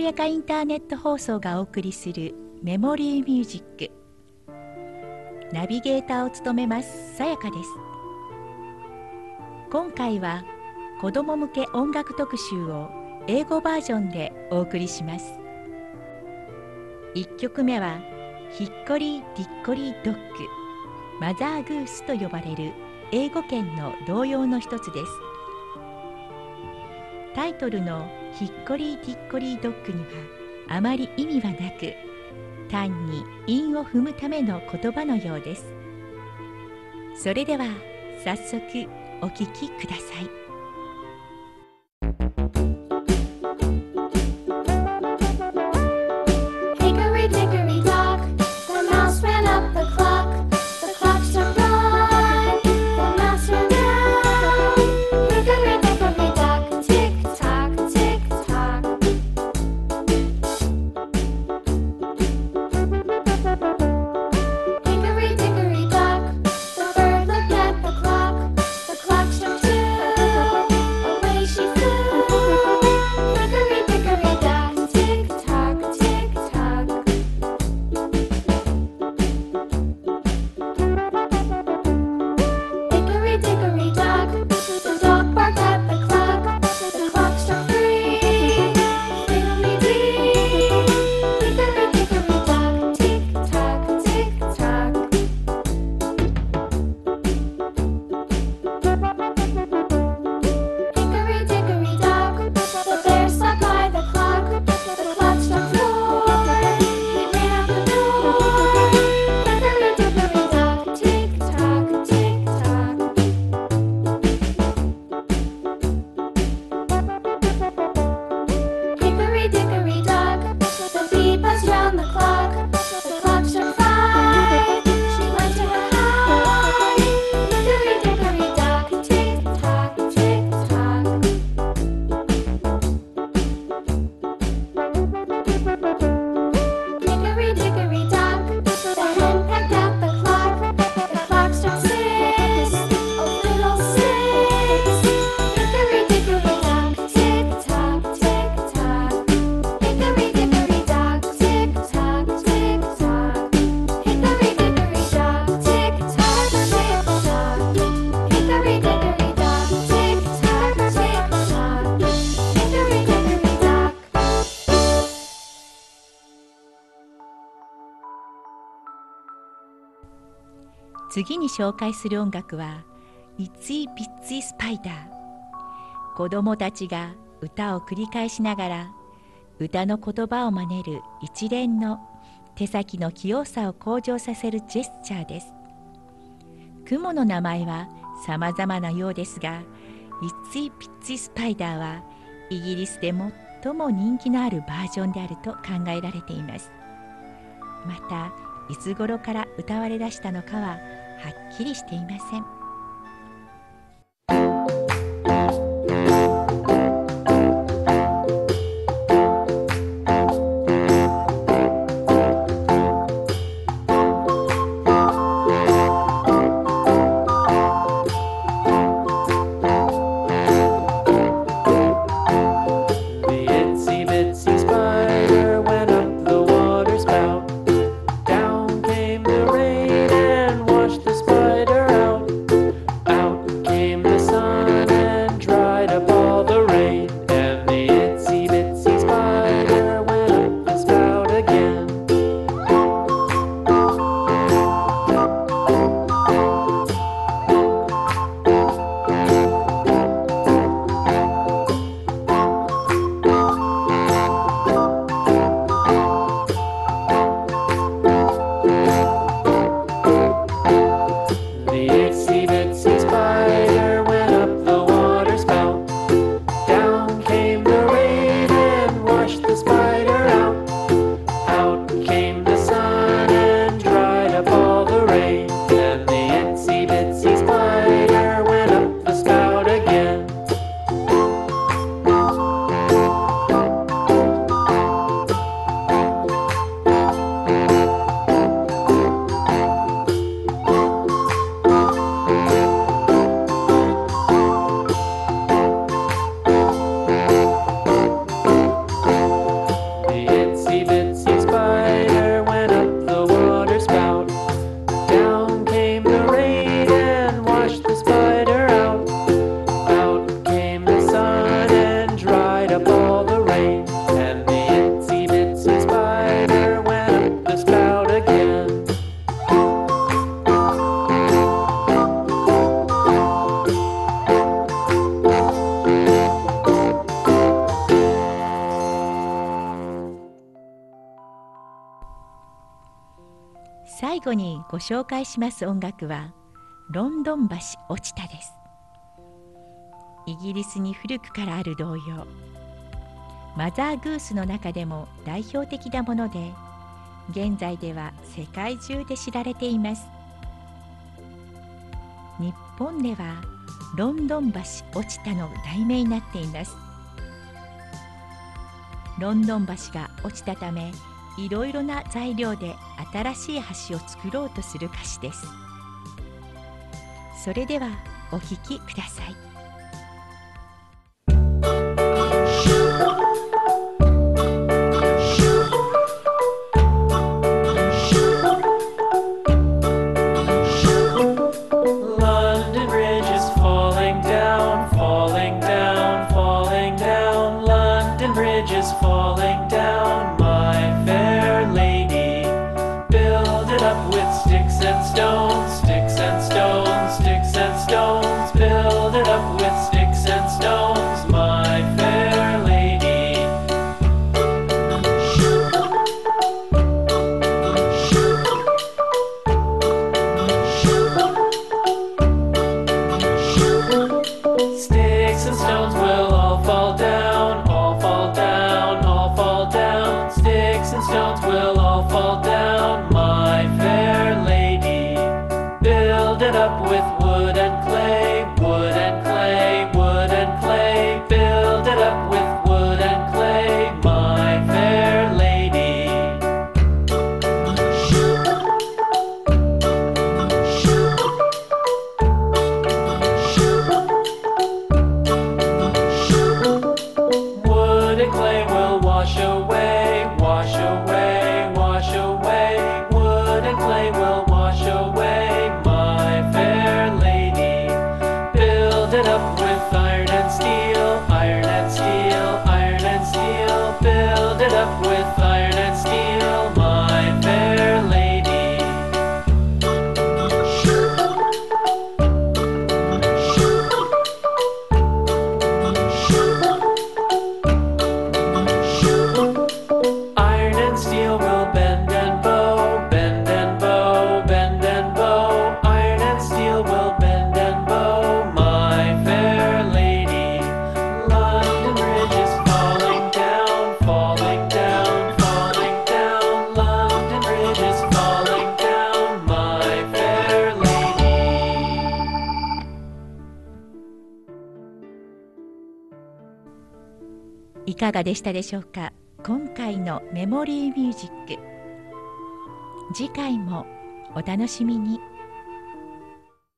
やかインターネット放送がお送りするメモリーミュージック。ナビゲーターを務めますさやかです。今回は子ども向け音楽特集を英語バージョンでお送りします。1曲目はヒッコリーディッコリードッグ、マザーグースと呼ばれる英語圏の童謡の一つです。タイトルのヒッコリーディッコリードッグにはあまり意味はなく、単に韻を踏むための言葉のようです。それでは早速お聞きください。次に紹介する音楽はイッツィビッツィスパイダー。子どもたちが歌を繰り返しながら歌の言葉を真似る一連の手先の器用さを向上させるジェスチャーです。雲の名前は様々なようですが、イッツィビッツィスパイダーはイギリスで最も人気のあるバージョンであると考えられています。またいつ頃から歌われ出したのかははっきりしていません。 Down came the rain and washed the spider out. 最後にご紹介します音楽はロンドン橋落ちたです。イギリスに古くからある童謡、マザーグースの中でも代表的なもので、現在では世界中で知られています。日本ではロンドン橋落ちたの題名になっています。ロンドン橋が落ちたため、いろいろな材料で新しい橋を作ろうとする歌詞です。それではお聴きください。いかがでしたでしょうか。今回のメモリーミュージック、次回もお楽しみに。